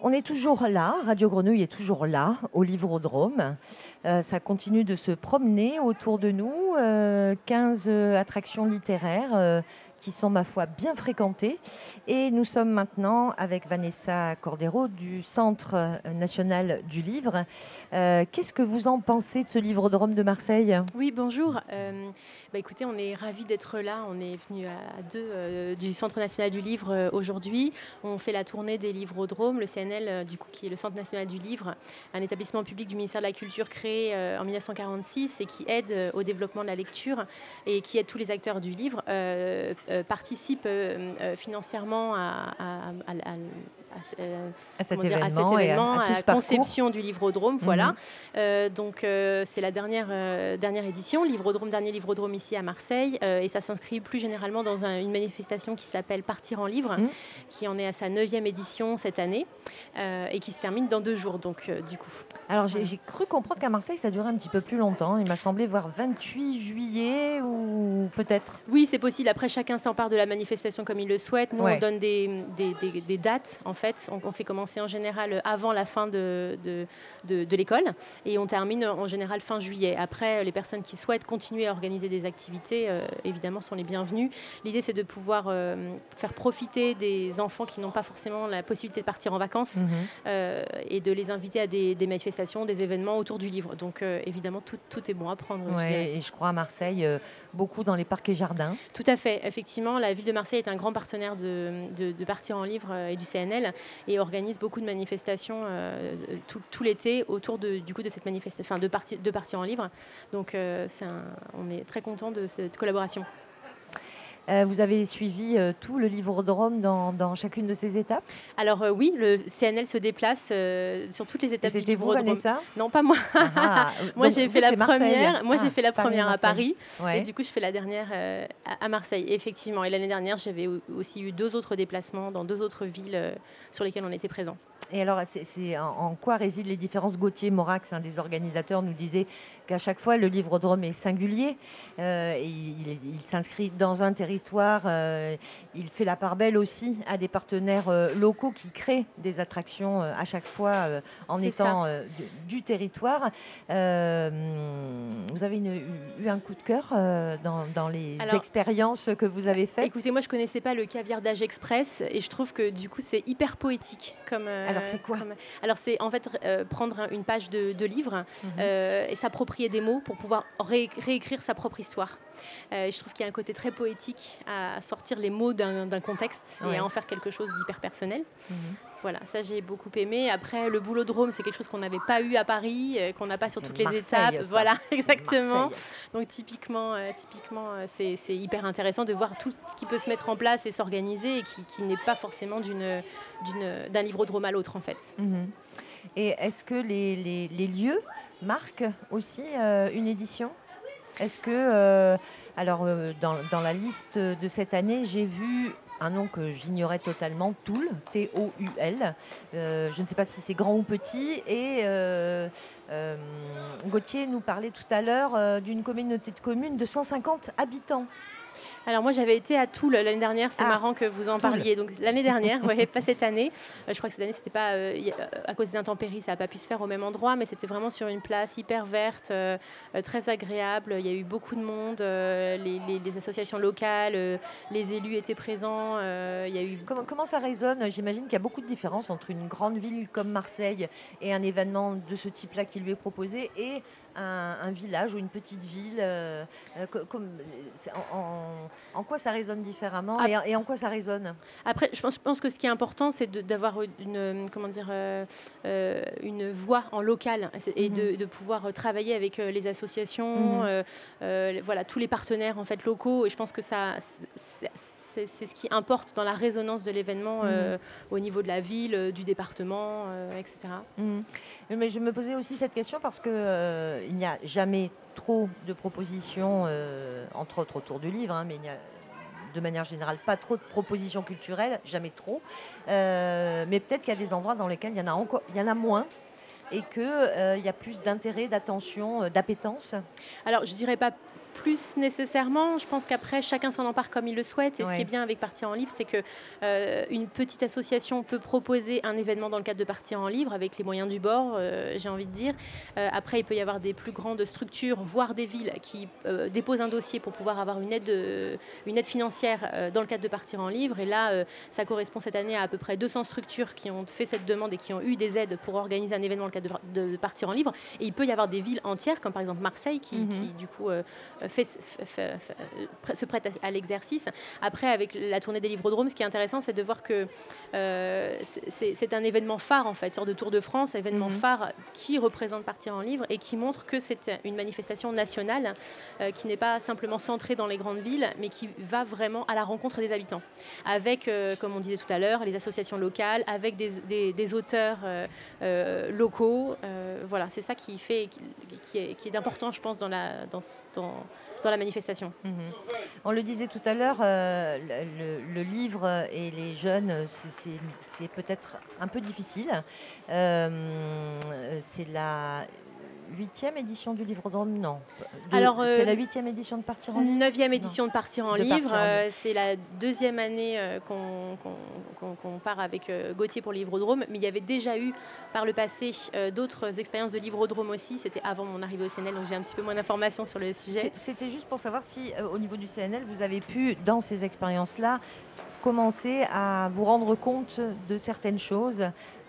On est toujours là, Radio Grenouille est toujours là, au Livrodrome. Ça continue de se promener autour de nous. 15 attractions littéraires qui sont, ma foi, bien fréquentées. Et nous sommes maintenant avec Vanessa Cordero du Centre national du livre. Qu'est-ce que vous en pensez de ce Livrodrome de Marseille ? Oui, bonjour. Écoutez, on est ravis d'être là. On est venu à deux du Centre national du livre aujourd'hui. On fait la tournée des livrodromes, le CNL, du coup, qui est le Centre national du livre, un établissement public du ministère de la Culture créé en 1946 et qui aide au développement de la lecture et qui aide tous les acteurs du livre, participe financièrement à cet à cet événement et événement, à à tout la ce parcours. conception du livrodrome. Voilà. Mhm. C'est la dernière édition, dernier livrodrome ici à Marseille, et ça s'inscrit plus généralement dans une manifestation qui s'appelle Partir en livre, qui en est à sa 9e édition cette année, et qui se termine dans 2 jours, donc du coup. Alors j'ai cru comprendre qu'à Marseille ça durait un petit peu plus longtemps, il m'a semblé voir 28 juillet ou peut-être. Oui, c'est possible. Après, chacun s'empare de la manifestation comme il le souhaite. Nous, on Ouais. donne des dates, en fait. On fait commencer en général avant la fin de l'école et on termine en général fin juillet. Après, les personnes qui souhaitent continuer à organiser des activités, évidemment, sont les bienvenues. L'idée, c'est de pouvoir faire profiter des enfants qui n'ont pas forcément la possibilité de partir en vacances et de les inviter à des manifestations, des événements autour du livre. Donc, évidemment, tout est bon à prendre. Ouais, et je crois à Marseille, beaucoup dans les parcs et jardins. Tout à fait. Effectivement, la ville de Marseille est un grand partenaire de Partir en livre et du CNL et organise beaucoup de manifestations tout l'été autour de cette manifestation, de Partir en livre. Donc, on est très content de cette collaboration. Vous avez suivi tout le Livrodrome dans chacune de ces étapes ? Alors oui, le CNL se déplace sur toutes les étapes du Livrodrome. Vous, Vanessa ? Non, pas moi. Moi, j'ai fait la première. J'ai fait la première à Paris. Ouais. Et du coup, je fais la dernière à Marseille. Effectivement. Et l'année dernière, j'avais aussi eu 2 autres déplacements dans 2 autres villes sur lesquelles on était présents. Et alors, c'est en quoi résident les différences ? Gauthier Morax, un des organisateurs, nous disait qu'à chaque fois, le Livrodrome est singulier. Il s'inscrit dans un territoire. Il fait la part belle aussi à des partenaires locaux qui créent des attractions à chaque fois en étant du territoire. Vous avez eu un coup de cœur dans les expériences que vous avez faites ? Écoutez, moi, je ne connaissais pas le Caviardage Express et je trouve que du coup, c'est hyper poétique comme... Alors, c'est quoi ? Alors, c'est en fait prendre une page de livre et s'approprier des mots pour pouvoir réécrire sa propre histoire. Je trouve qu'il y a un côté très poétique à sortir les mots d'un contexte et à en faire quelque chose d'hyper personnel. Voilà, ça j'ai beaucoup aimé. Après, le boulodrome, c'est quelque chose qu'on n'avait pas eu à Paris, qu'on n'a pas sur toutes les étapes. Ça. Voilà, exactement. Donc typiquement, c'est hyper intéressant de voir tout ce qui peut se mettre en place et s'organiser et qui n'est pas forcément d'un livrodrome à l'autre en fait. Et est-ce que les lieux marquent aussi une édition ? Est-ce que, dans la liste de cette année, j'ai vu un nom que j'ignorais totalement, Toul, T-O-U-L. Je ne sais pas si c'est grand ou petit. Et Gauthier nous parlait tout à l'heure d'une communauté de communes de 150 habitants. Alors moi j'avais été à Toul l'année dernière, c'est marrant que vous en parliez. Donc l'année dernière, pas cette année. Je crois que cette année c'était pas à cause des intempéries, ça n'a pas pu se faire au même endroit, mais c'était vraiment sur une place hyper verte, très agréable. Il y a eu beaucoup de monde, les associations locales, les élus étaient présents. Il y a eu... Comment ça résonne ? J'imagine qu'il y a beaucoup de différences entre une grande ville comme Marseille et un événement de ce type-là qui lui est proposé et un village ou une petite ville. En quoi ça résonne différemment et en quoi ça résonne ? Après, je pense que ce qui est important, c'est d'avoir une voix en local et de pouvoir travailler avec les associations, tous les partenaires en fait, locaux. Et je pense que c'est ce qui importe dans la résonance de l'événement au niveau de la ville, du département, etc. Mais je me posais aussi cette question parce qu'il n'y a jamais trop de propositions, entre autres autour du livre, mais il n'y a de manière générale pas trop de propositions culturelles, jamais trop. Mais peut-être qu'il y a des endroits dans lesquels il y en a moins et qu'il y a plus d'intérêt, d'attention, d'appétence. Alors je ne dirais pas plus nécessairement. Je pense qu'après, chacun s'en empare comme il le souhaite. Et ce qui est bien avec Partir en livre, c'est que une petite association peut proposer un événement dans le cadre de Partir en livre avec les moyens du bord, j'ai envie de dire. Après, il peut y avoir des plus grandes structures, voire des villes qui déposent un dossier pour pouvoir avoir une aide financière dans le cadre de Partir en livre. Et là, ça correspond cette année à peu près 200 structures qui ont fait cette demande et qui ont eu des aides pour organiser un événement dans le cadre de Partir en livre. Et il peut y avoir des villes entières, comme par exemple Marseille, qui du coup se prête à l'exercice. Après, avec la tournée des Livrodromes, ce qui est intéressant, c'est de voir que c'est un événement phare, en fait, sorte de Tour de France, événement phare qui représente Partir en livre et qui montre que c'est une manifestation nationale qui n'est pas simplement centrée dans les grandes villes, mais qui va vraiment à la rencontre des habitants. Avec, comme on disait tout à l'heure, les associations locales, avec des auteurs locaux. Voilà, c'est ça qui est important, je pense, dans la manifestation. On le disait tout à l'heure, le livre et les jeunes, c'est peut-être un peu difficile. C'est la 8e édition du Livrodrome, non. C'est la 8e édition de Partir en livre. 9e édition de Partir en livre. C'est la 2e année qu'on part avec Gauthier pour le Livrodrome. Mais il y avait déjà eu par le passé d'autres expériences de Livrodrome aussi. C'était avant mon arrivée au CNL, donc j'ai un petit peu moins d'informations sur le sujet. C'était juste pour savoir si, au niveau du CNL, vous avez pu, dans ces expériences-là, commencer à vous rendre compte de certaines choses,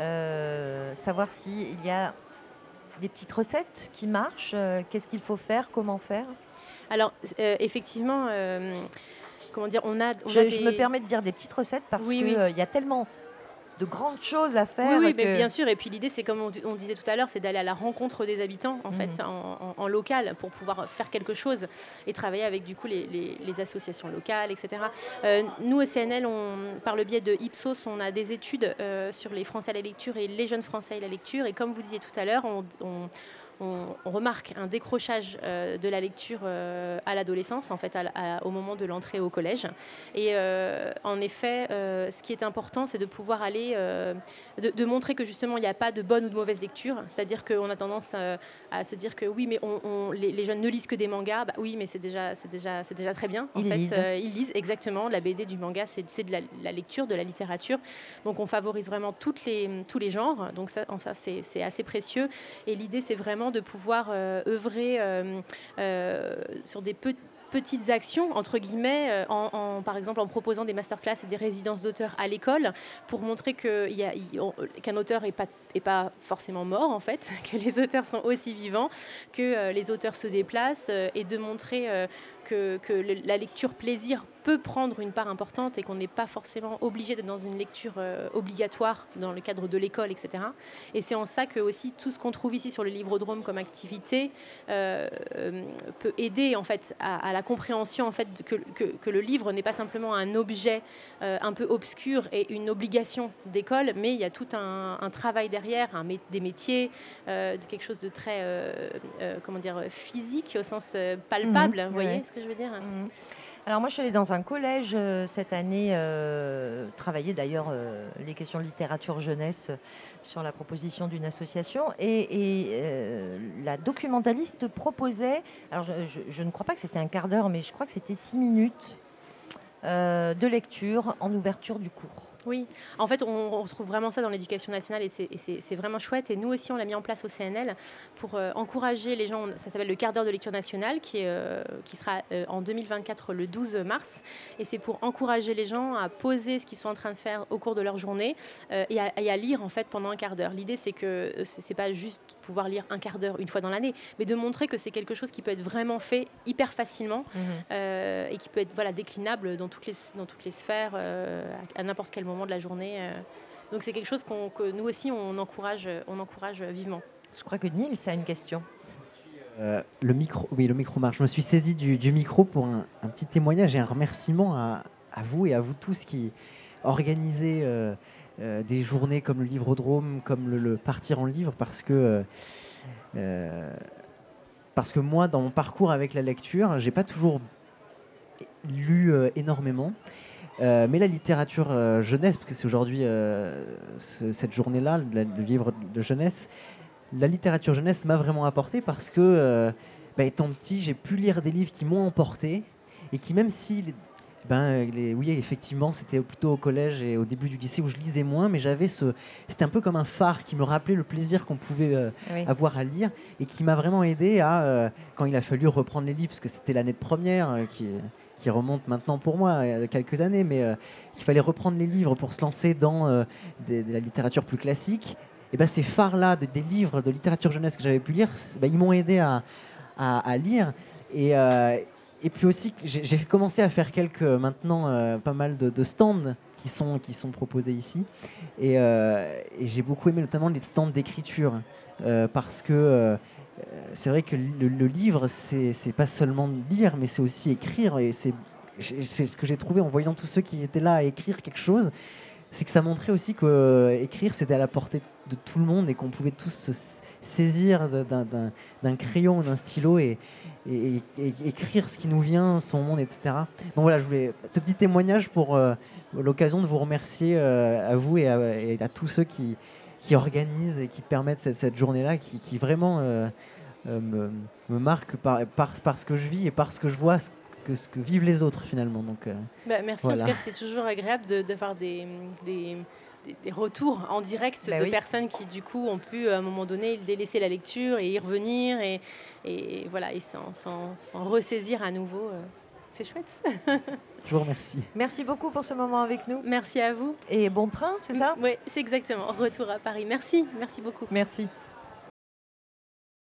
savoir s'il y a des petites recettes qui marchent, qu'est-ce qu'il faut faire, comment faire? Alors, effectivement, comment dire, je me permets de dire des petites recettes parce qu'il y a tellement de grandes choses à faire. Oui, mais bien sûr. Et puis l'idée, c'est comme on disait tout à l'heure, c'est d'aller à la rencontre des habitants, en fait, en local, pour pouvoir faire quelque chose et travailler avec du coup les associations locales, etc. Nous, au CNL, par le biais de Ipsos, on a des études sur les Français à la lecture et les jeunes Français à la lecture. Et comme vous disiez tout à l'heure, on remarque un décrochage de la lecture à l'adolescence, en fait, au moment de l'entrée au collège. Et en effet, ce qui est important, c'est de pouvoir aller, de montrer que justement, il n'y a pas de bonne ou de mauvaise lecture. C'est-à-dire qu'on a tendance à se dire que oui, mais les jeunes ne lisent que des mangas. Bah, oui, mais c'est déjà très bien. Ils lisent, exactement. La BD, du manga, c'est de la lecture, de la littérature. Donc, on favorise vraiment tous les genres. Donc, ça c'est assez précieux. Et l'idée, c'est vraiment de pouvoir œuvrer sur des petites actions, entre guillemets, par exemple en proposant des masterclass et des résidences d'auteurs à l'école pour montrer qu'un auteur n'est pas forcément mort, en fait, que les auteurs sont aussi vivants, que les auteurs se déplacent et de montrer que la lecture plaisir peut prendre une part importante et qu'on n'est pas forcément obligé d'être dans une lecture obligatoire dans le cadre de l'école, etc. Et c'est en ça que aussi tout ce qu'on trouve ici sur le Livrodrome comme activité peut aider en fait à la compréhension en fait que le livre n'est pas simplement un objet un peu obscur et une obligation d'école, mais il y a tout un travail derrière, des métiers, quelque chose de très physique au sens palpable, vous voyez ce que je veux dire? Alors moi, je suis allée dans un collège cette année, travailler d'ailleurs les questions de littérature jeunesse sur la proposition d'une association. Et la documentaliste proposait, alors je ne crois pas que c'était un quart d'heure, mais je crois que c'était 6 minutes de lecture en ouverture du cours. Oui, en fait, on retrouve vraiment ça dans l'éducation nationale et c'est vraiment chouette. Et nous aussi, on l'a mis en place au CNL pour encourager les gens. Ça s'appelle le quart d'heure de lecture nationale qui sera en 2024 le 12 mars. Et c'est pour encourager les gens à poser ce qu'ils sont en train de faire au cours de leur journée et à lire en fait pendant un quart d'heure. L'idée, c'est que c'est pas juste pouvoir lire un quart d'heure une fois dans l'année, mais de montrer que c'est quelque chose qui peut être vraiment fait hyper facilement et qui peut être déclinable dans toutes les sphères à n'importe quel moment de la journée. Donc c'est quelque chose que nous aussi on encourage vivement. Je crois que Nils a une question. Le micro marche. Je me suis saisi du micro pour un petit témoignage et un remerciement à vous et à vous tous qui organisez des journées comme le Livrodrome, comme le Partir en livre, parce que moi, dans mon parcours avec la lecture, j'ai pas toujours lu énormément. Mais la littérature jeunesse, parce que c'est aujourd'hui cette journée-là, le livre de jeunesse, la littérature jeunesse m'a vraiment apporté parce que étant petit, j'ai pu lire des livres qui m'ont emporté et qui, même si oui, effectivement, c'était plutôt au collège et au début du lycée où je lisais moins, mais c'était un peu comme un phare qui me rappelait le plaisir qu'on pouvait avoir à lire et qui m'a vraiment aidé à, quand il a fallu reprendre les livres, parce que c'était l'année de première qui remonte maintenant pour moi, il y a quelques années, mais qu'il fallait reprendre les livres pour se lancer dans de la littérature plus classique. Et ces phares-là des livres de littérature jeunesse que j'avais pu lire, ils m'ont aidé à lire. Et puis aussi, j'ai commencé à faire pas mal de stands qui sont proposés ici. Et j'ai beaucoup aimé notamment les stands d'écriture. Parce que c'est vrai que le livre, c'est pas seulement lire, mais c'est aussi écrire. Et c'est ce que j'ai trouvé en voyant tous ceux qui étaient là à écrire quelque chose. C'est que ça montrait aussi que écrire, c'était à la portée de tout le monde et qu'on pouvait tous se saisir d'un crayon ou d'un stylo et écrire ce qui nous vient, son monde, etc. Donc voilà, je voulais ce petit témoignage pour l'occasion de vous remercier à vous et à tous ceux qui organisent et qui permettent cette journée-là qui vraiment me marque par ce que je vis et par ce que je vois, ce que vivent les autres finalement. Donc, merci, voilà. En tout cas, c'est toujours agréable d'avoir des retours en direct de personnes qui du coup ont pu à un moment donné délaisser la lecture et y revenir et voilà, et s'en ressaisir à nouveau. C'est chouette. Je vous remercie. Merci beaucoup pour ce moment avec nous. Merci à vous. Et bon train, c'est ça? Oui, c'est exactement. Retour à Paris. Merci beaucoup. Merci.